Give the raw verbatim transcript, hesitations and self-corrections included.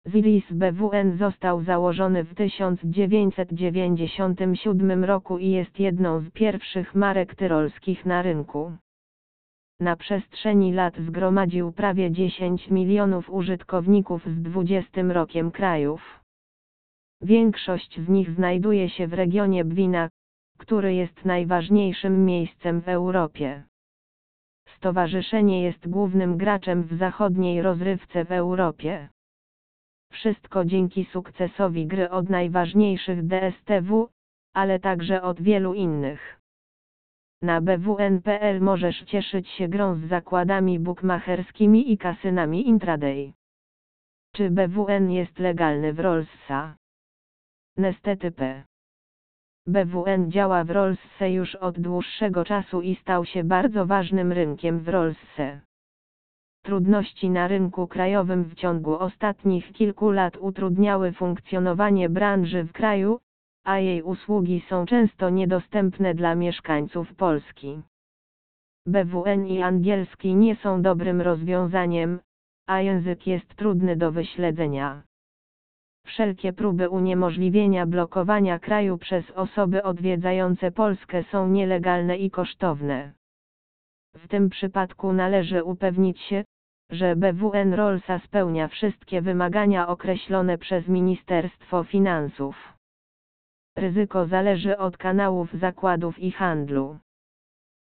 Zilis B W N został założony w tysiąc dziewięćset dziewięćdziesiątym siódmym roku i jest jedną z pierwszych marek tyrolskich na rynku. Na przestrzeni lat zgromadził prawie dziesięć milionów użytkowników z dwudziestu rokiem krajów. Większość z nich znajduje się w regionie Bwina, który jest najważniejszym miejscem w Europie. Stowarzyszenie jest głównym graczem w zachodniej rozrywce w Europie. Wszystko dzięki sukcesowi gry od najważniejszych D S T W, ale także od wielu innych. Na b w n kropka p l możesz cieszyć się grą z zakładami bukmacherskimi i kasynami intraday. Czy B W N jest legalny w Rolsa? Niestety p. B W N działa w Rolsce już od dłuższego czasu i stał się bardzo ważnym rynkiem w Rolsce. Trudności na rynku krajowym w ciągu ostatnich kilku lat utrudniały funkcjonowanie branży w kraju, a jej usługi są często niedostępne dla mieszkańców Polski. B W N i angielski nie są dobrym rozwiązaniem, a język jest trudny do wyśledzenia. Wszelkie próby uniemożliwienia blokowania kraju przez osoby odwiedzające Polskę są nielegalne i kosztowne. W tym przypadku należy upewnić się, że B W N Rolsa spełnia wszystkie wymagania określone przez Ministerstwo Finansów. Ryzyko zależy od kanałów zakładów i handlu.